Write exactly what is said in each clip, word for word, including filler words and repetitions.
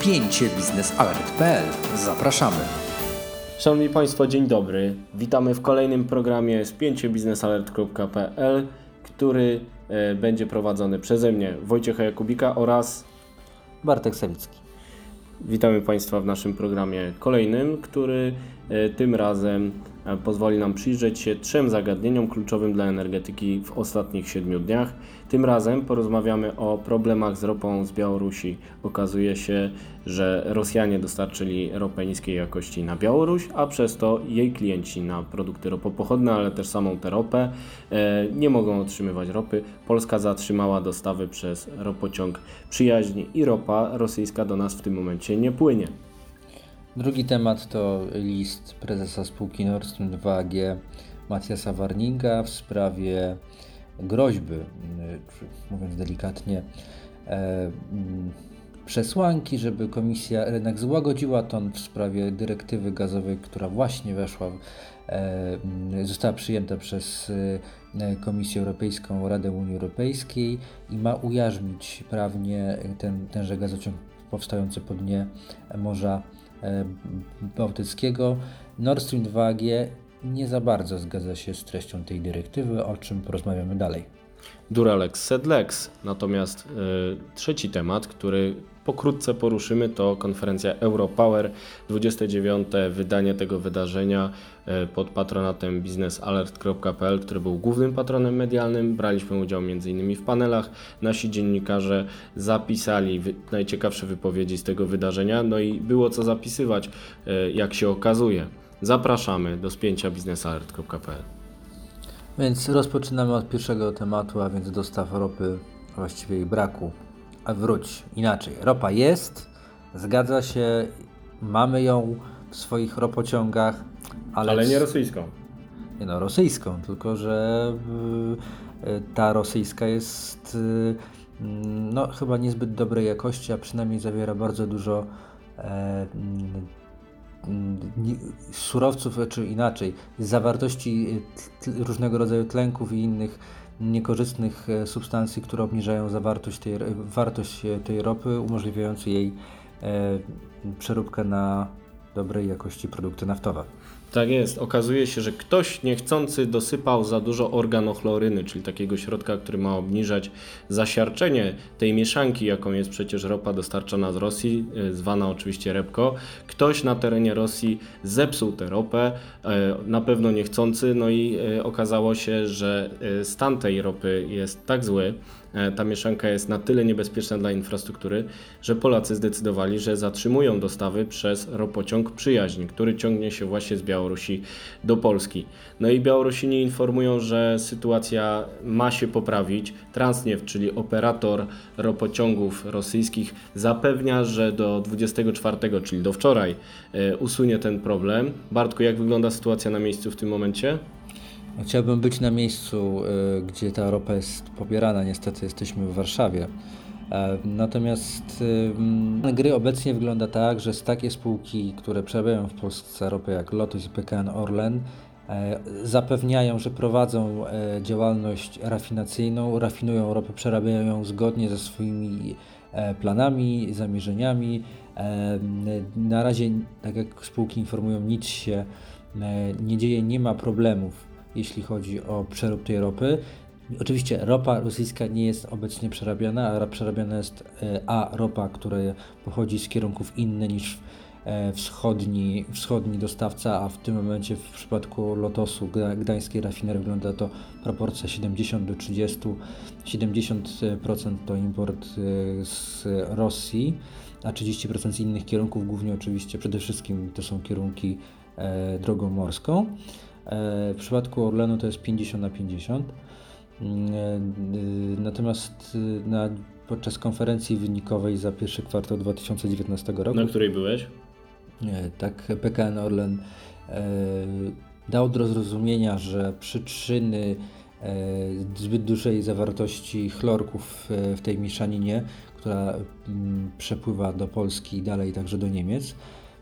spięcie biznes alert kropka p l. Zapraszamy. Szanowni Państwo, dzień dobry. Witamy w kolejnym programie spięcie biznes alert kropka p l, który e, będzie prowadzony przeze mnie, Wojciecha Jakubika oraz Bartek Sawicki. Witamy Państwa w naszym programie kolejnym, który e, tym razem e, pozwoli nam przyjrzeć się trzem zagadnieniom kluczowym dla energetyki w ostatnich siedmiu dniach. Tym razem porozmawiamy o problemach z ropą z Białorusi. Okazuje się, że Rosjanie dostarczyli ropę niskiej jakości na Białoruś, a przez to jej klienci na produkty ropopochodne, ale też samą tę ropę e, nie mogą otrzymywać ropy. Polska zatrzymała dostawy przez ropociąg Przyjaźń i ropa rosyjska do nas w tym momencie nie płynie. Drugi temat to list prezesa spółki Nord Stream dwa G Matiasa Warninga w sprawie groźby, mówiąc delikatnie, e, przesłanki, żeby Komisja jednak złagodziła ton w sprawie dyrektywy gazowej, która właśnie weszła, e, została przyjęta przez e, Komisję Europejską, Radę Unii Europejskiej i ma ujarzmić prawnie ten, tenże gazociąg powstający po dnie Morza e, Bałtyckiego. Nord Stream dwa G nie za bardzo zgadza się z treścią tej dyrektywy, o czym porozmawiamy dalej. Duralex sed lex. Natomiast y, trzeci temat, który pokrótce poruszymy, to konferencja Europower, dwudzieste dziewiąte wydanie tego wydarzenia y, pod patronatem biznes alert kropka p l, który był głównym patronem medialnym. Braliśmy udział między innymi w panelach. Nasi dziennikarze zapisali wy- najciekawsze wypowiedzi z tego wydarzenia, no i było co zapisywać, y, jak się okazuje. Zapraszamy do spięcia biznes alert kropka p l. Więc rozpoczynamy od pierwszego tematu, a więc dostaw ropy, właściwie jej braku. A wróć, inaczej. Ropa jest, zgadza się, mamy ją w swoich ropociągach, ale, Ale nie rosyjską. Nie no, rosyjską, tylko że y, y, ta rosyjska jest y, no chyba niezbyt dobrej jakości, a przynajmniej zawiera bardzo dużo e, surowców, czy inaczej, zawartości tl- różnego rodzaju tlenków i innych niekorzystnych substancji, które obniżają zawartość tej, wartość tej ropy, umożliwiając jej e, przeróbkę na dobrej jakości produkty naftowe. Tak jest. Okazuje się, że ktoś niechcący dosypał za dużo organochloryny, czyli takiego środka, który ma obniżać zasiarczenie tej mieszanki, jaką jest przecież ropa dostarczana z Rosji, zwana oczywiście repko. Ktoś na terenie Rosji zepsuł tę ropę, na pewno niechcący, no i okazało się, że stan tej ropy jest tak zły, ta mieszanka jest na tyle niebezpieczna dla infrastruktury, że Polacy zdecydowali, że zatrzymują dostawy przez ropociąg Przyjaźń, który ciągnie się właśnie z Białorusi do Polski. No i Białorusini informują, że sytuacja ma się poprawić. Transneft, czyli operator ropociągów rosyjskich, zapewnia, że do dwudziestego czwartego, czyli do wczoraj, usunie ten problem. Bartku, jak wygląda sytuacja na miejscu w tym momencie? Chciałbym być na miejscu, y, gdzie ta ropa jest pobierana. Niestety jesteśmy w Warszawie. E, natomiast y, gry obecnie wygląda tak, że z takie spółki, które przerabiają w Polsce ropę jak Lotos i P K N Orlen, e, zapewniają, że prowadzą e, działalność rafinacyjną, rafinują ropę, przerabiają ją zgodnie ze swoimi e, planami, zamierzeniami. E, na razie, tak jak spółki informują, nic się e, nie dzieje, nie ma problemów, jeśli chodzi o przerób tej ropy. Oczywiście ropa rosyjska nie jest obecnie przerabiana, a przerabiana jest a ropa, która pochodzi z kierunków innych niż wschodni, wschodni dostawca, a w tym momencie w przypadku Lotosu, gdańskiej rafinerii, wygląda to proporcja siedemdziesiąt do trzydziestu. siedemdziesiąt procent to import z Rosji, a trzydzieści procent z innych kierunków, głównie oczywiście przede wszystkim to są kierunki drogą morską. W przypadku Orlenu to jest pięćdziesiąt na pięćdziesiąt. Natomiast na, podczas konferencji wynikowej za pierwszy kwartał dwa tysiące dziewiętnastego roku, na której byłeś? Tak, P K N Orlen e, dał do zrozumienia, że przyczyny e, zbyt dużej zawartości chlorków w tej mieszaninie, która m, przepływa do Polski i dalej także do Niemiec,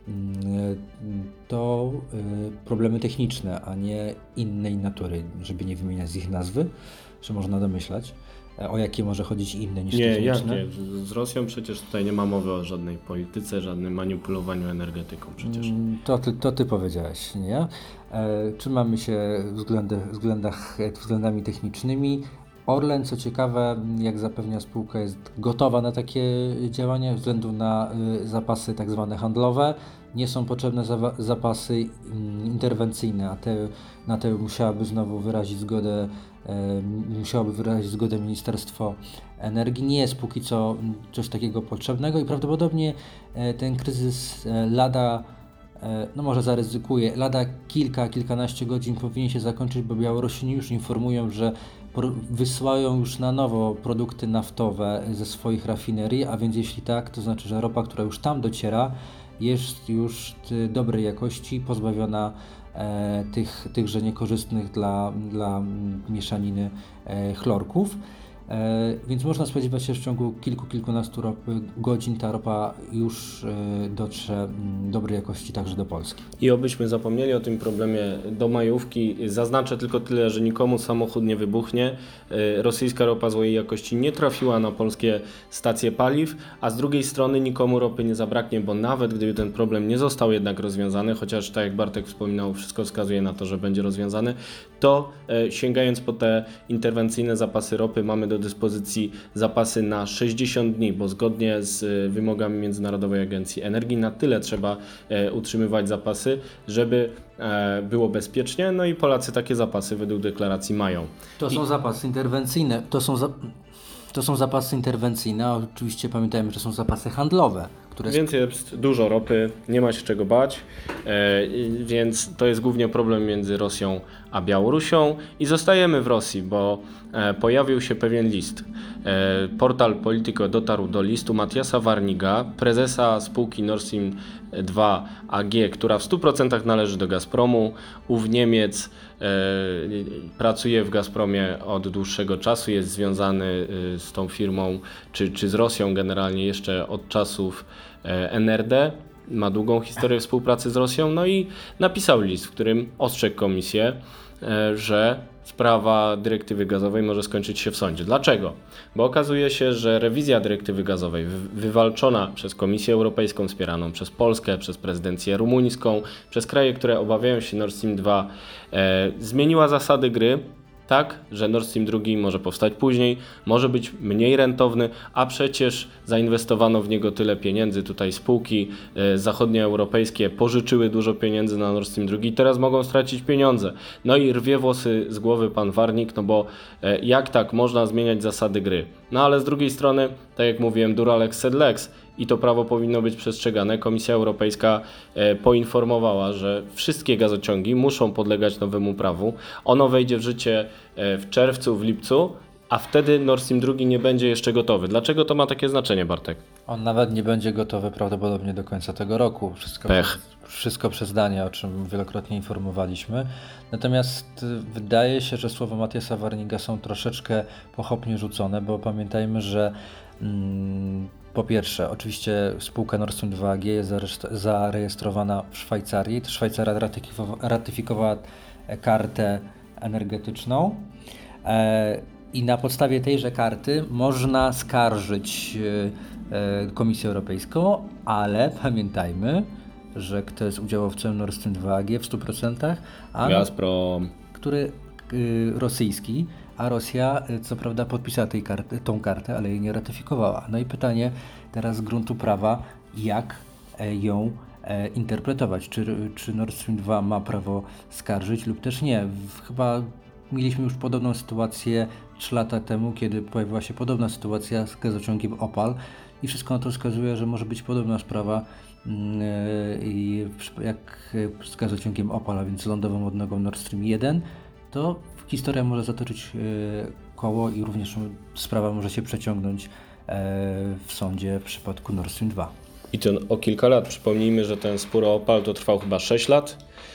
to problemy techniczne, a nie innej natury, żeby nie wymieniać ich nazwy, że można domyślać. o jakie może chodzić inne niż Nie, te ziemniczne? jakie? Z Rosją przecież tutaj nie ma mowy o żadnej polityce, żadnym manipulowaniu energetyką przecież. Mm, To ty, to ty powiedziałeś, nie ja. E, Trzymamy się względy, względach, względami technicznymi. Orlen, co ciekawe, jak zapewnia spółka, jest gotowa na takie działania ze względu na y, zapasy tak zwane handlowe. Nie są potrzebne za, zapasy y, interwencyjne, a te, na te musiałaby znowu wyrazić zgodę, y, musiałoby wyrazić zgodę Ministerstwo Energii. Nie jest póki co coś takiego potrzebnego i prawdopodobnie y, ten kryzys y, lada no może zaryzykuje, lada kilka, kilkanaście godzin powinien się zakończyć, bo Białorusini już informują, że wysyłają już na nowo produkty naftowe ze swoich rafinerii, a więc jeśli tak, to znaczy, że ropa, która już tam dociera, jest już dobrej jakości, pozbawiona e, tych, tychże niekorzystnych dla, dla mieszaniny e, chlorków. E, więc można spodziewać się, że w ciągu kilku, kilkunastu ropy, godzin ta ropa już e, dotrze m, dobrej jakości także do Polski. I obyśmy zapomnieli o tym problemie do majówki. Zaznaczę tylko tyle, że nikomu samochód nie wybuchnie. E, rosyjska ropa złej jakości nie trafiła na polskie stacje paliw, a z drugiej strony nikomu ropy nie zabraknie, bo nawet gdyby ten problem nie został jednak rozwiązany, chociaż tak jak Bartek wspominał, wszystko wskazuje na to, że będzie rozwiązany, to e, sięgając po te interwencyjne zapasy ropy mamy do dyspozycji zapasy na sześćdziesiąt dni, bo zgodnie z wymogami Międzynarodowej Agencji Energii na tyle trzeba e, utrzymywać zapasy, żeby e, było bezpiecznie, no i Polacy takie zapasy według deklaracji mają. To I... są zapasy interwencyjne, to są, za... to są zapasy interwencyjne, a oczywiście pamiętajmy, że są zapasy handlowe. Które... Więc jest dużo ropy, nie ma się czego bać, e, więc to jest głównie problem między Rosją a Białorusią i zostajemy w Rosji, bo e, pojawił się pewien list. E, portal Politico dotarł do listu Matiasa Warniga, prezesa spółki Nord Stream dwa A G, która w stu procentach należy do Gazpromu. Ów Niemiec e, pracuje w Gazpromie od dłuższego czasu, jest związany e, z tą firmą, czy, czy z Rosją generalnie jeszcze od czasów e, N R D. Ma długą historię współpracy z Rosją, no i napisał list, w którym ostrzegł komisję, e, że sprawa dyrektywy gazowej może skończyć się w sądzie. Dlaczego? Bo okazuje się, że rewizja dyrektywy gazowej wywalczona przez Komisję Europejską, wspieraną przez Polskę, przez prezydencję rumuńską, przez kraje, które obawiają się Nord Stream dwa, e, zmieniła zasady gry tak, że Nord Stream dwa może powstać później, może być mniej rentowny, a przecież zainwestowano w niego tyle pieniędzy. Tutaj spółki e, zachodnioeuropejskie pożyczyły dużo pieniędzy na Nord Stream dwa i teraz mogą stracić pieniądze. No i rwie włosy z głowy pan Warnik, no bo e, jak tak można zmieniać zasady gry? No ale z drugiej strony, tak jak mówiłem, dura lex sed lex i to prawo powinno być przestrzegane. Komisja Europejska e, poinformowała, że wszystkie gazociągi muszą podlegać nowemu prawu. Ono wejdzie w życie e, w czerwcu, w lipcu, a wtedy Nord Stream dwa nie będzie jeszcze gotowy. Dlaczego to ma takie znaczenie, Bartek? On nawet nie będzie gotowy prawdopodobnie do końca tego roku. Wszystko, Pech. Przez, wszystko przez Danię, o czym wielokrotnie informowaliśmy. Natomiast wydaje się, że słowa Matiasa Warniga są troszeczkę pochopnie rzucone, bo pamiętajmy, że mm, po pierwsze, oczywiście spółka Nord Stream dwa A G jest zarejestrowana w Szwajcarii. Szwajcaria ratyfikowała kartę energetyczną e, i na podstawie tejże karty można skarżyć e, Komisję Europejską, ale pamiętajmy, że kto jest udziałowcem Nord Stream dwa A G w stu procentach, a Gazprom. który y, rosyjski, a Rosja y, co prawda podpisała tej karty, tą kartę, ale jej nie ratyfikowała. No i pytanie teraz z gruntu prawa, jak e, ją e, interpretować? Czy, czy Nord Stream dwa ma prawo skarżyć lub też nie? W, chyba mieliśmy już podobną sytuację trzy lata temu, kiedy pojawiła się podobna sytuacja z gazociągiem Opal i wszystko na to wskazuje, że może być podobna sprawa i jak z gazociągiem Opal, a więc lądową odnogą Nord Stream jeden, to historia może zatoczyć koło i również sprawa może się przeciągnąć w sądzie w przypadku Nord Stream dwa. I to o kilka lat. Przypomnijmy, że ten spór o Opal to trwał chyba sześć lat.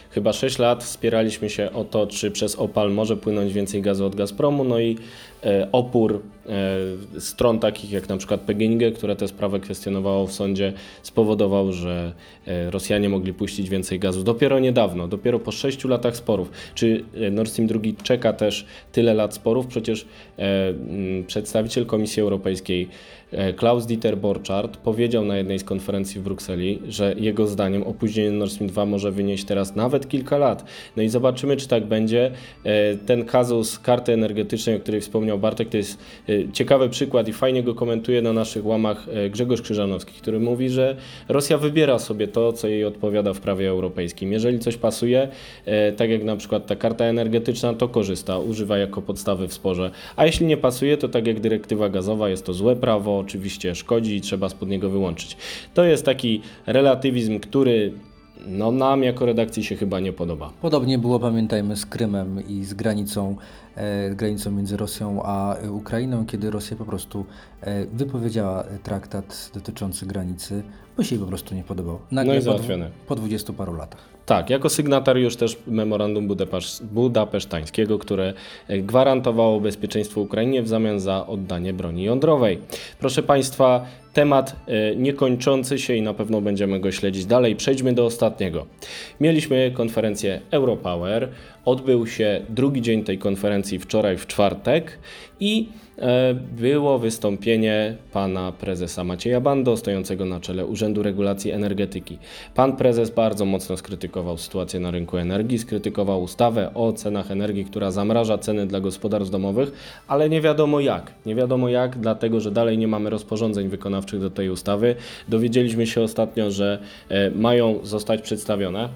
chyba sześć lat wspieraliśmy się o to, czy przez Opal może płynąć więcej gazu od Gazpromu, no i e, opór e, stron takich jak na przykład P G N G, które tę sprawę kwestionowało w sądzie, spowodował, że e, Rosjanie mogli puścić więcej gazu. Dopiero niedawno, dopiero po sześciu latach sporów. Czy Nord Stream dwa czeka też tyle lat sporów? Przecież e, m, przedstawiciel Komisji Europejskiej Klaus-Dieter Borchardt powiedział na jednej z konferencji w Brukseli, że jego zdaniem opóźnienie Nord Stream dwa może wynieść teraz nawet kilka lat. No i zobaczymy, czy tak będzie. Ten kazus karty energetycznej, o której wspomniał Bartek, to jest ciekawy przykład i fajnie go komentuje na naszych łamach Grzegorz Krzyżanowski, który mówi, że Rosja wybiera sobie to, co jej odpowiada w prawie europejskim. Jeżeli coś pasuje, tak jak na przykład ta karta energetyczna, to korzysta, używa jako podstawy w sporze. A jeśli nie pasuje, to tak jak dyrektywa gazowa, jest to złe prawo, oczywiście szkodzi i trzeba spod niego wyłączyć. To jest taki relatywizm, który no, nam jako redakcji się chyba nie podoba. Podobnie było, pamiętajmy, z Krymem i z granicą, e, granicą między Rosją a Ukrainą, kiedy Rosja po prostu e, wypowiedziała traktat dotyczący granicy, bo się jej po prostu nie podobał. Nagle No i załatwione. Po, po dwudziestu paru latach. Tak, jako sygnatariusz też memorandum Budapesz- budapesztańskiego, które gwarantowało bezpieczeństwo Ukrainie w zamian za oddanie broni jądrowej. Proszę Państwa, temat y, niekończący się i na pewno będziemy go śledzić dalej. Przejdźmy do ostatniego. Mieliśmy konferencję Europower. Odbył się drugi dzień tej konferencji wczoraj w czwartek i było wystąpienie pana prezesa Macieja Bando, stojącego na czele Urzędu Regulacji Energetyki. Pan prezes bardzo mocno skrytykował sytuację na rynku energii, skrytykował ustawę o cenach energii, która zamraża ceny dla gospodarstw domowych, ale nie wiadomo jak. Nie wiadomo jak, dlatego że dalej nie mamy rozporządzeń wykonawczych do tej ustawy. Dowiedzieliśmy się ostatnio, że mają zostać przedstawione.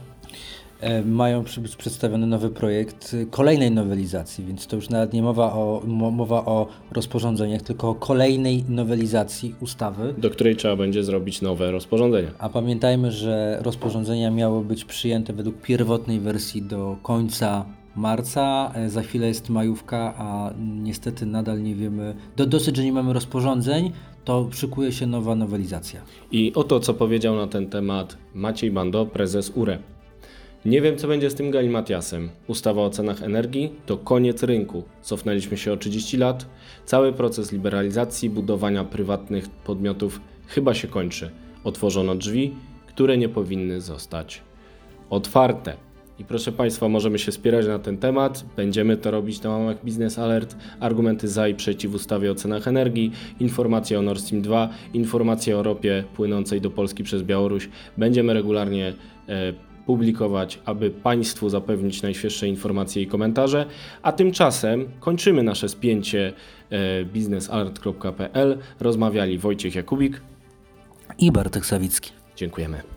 Mają być przedstawiony nowy projekt kolejnej nowelizacji, więc to już nawet nie mowa o, mowa o rozporządzeniach, tylko o kolejnej nowelizacji ustawy. Do której trzeba będzie zrobić nowe rozporządzenia. A pamiętajmy, że rozporządzenia miały być przyjęte według pierwotnej wersji do końca marca, za chwilę jest majówka, a niestety nadal nie wiemy, do, dosyć, że nie mamy rozporządzeń, to szykuje się nowa nowelizacja. I oto co powiedział na ten temat Maciej Bando, prezes U R E. Nie wiem, co będzie z tym galimatiasem. Ustawa o cenach energii to koniec rynku. Cofnęliśmy się o trzydzieści lat. Cały proces liberalizacji, budowania prywatnych podmiotów chyba się kończy. Otworzono drzwi, które nie powinny zostać otwarte. I proszę Państwa, możemy się spierać na ten temat. Będziemy to robić na łamach Business Alert. Argumenty za i przeciw ustawie o cenach energii, informacje o Nord Stream dwa, informacje o ropie płynącej do Polski przez Białoruś. Będziemy regularnie e, publikować, aby Państwu zapewnić najświeższe informacje i komentarze, a tymczasem kończymy nasze spięcie e, biznes alert kropka p l. Rozmawiali Wojciech Jakubik i Bartek Sawicki. Dziękujemy.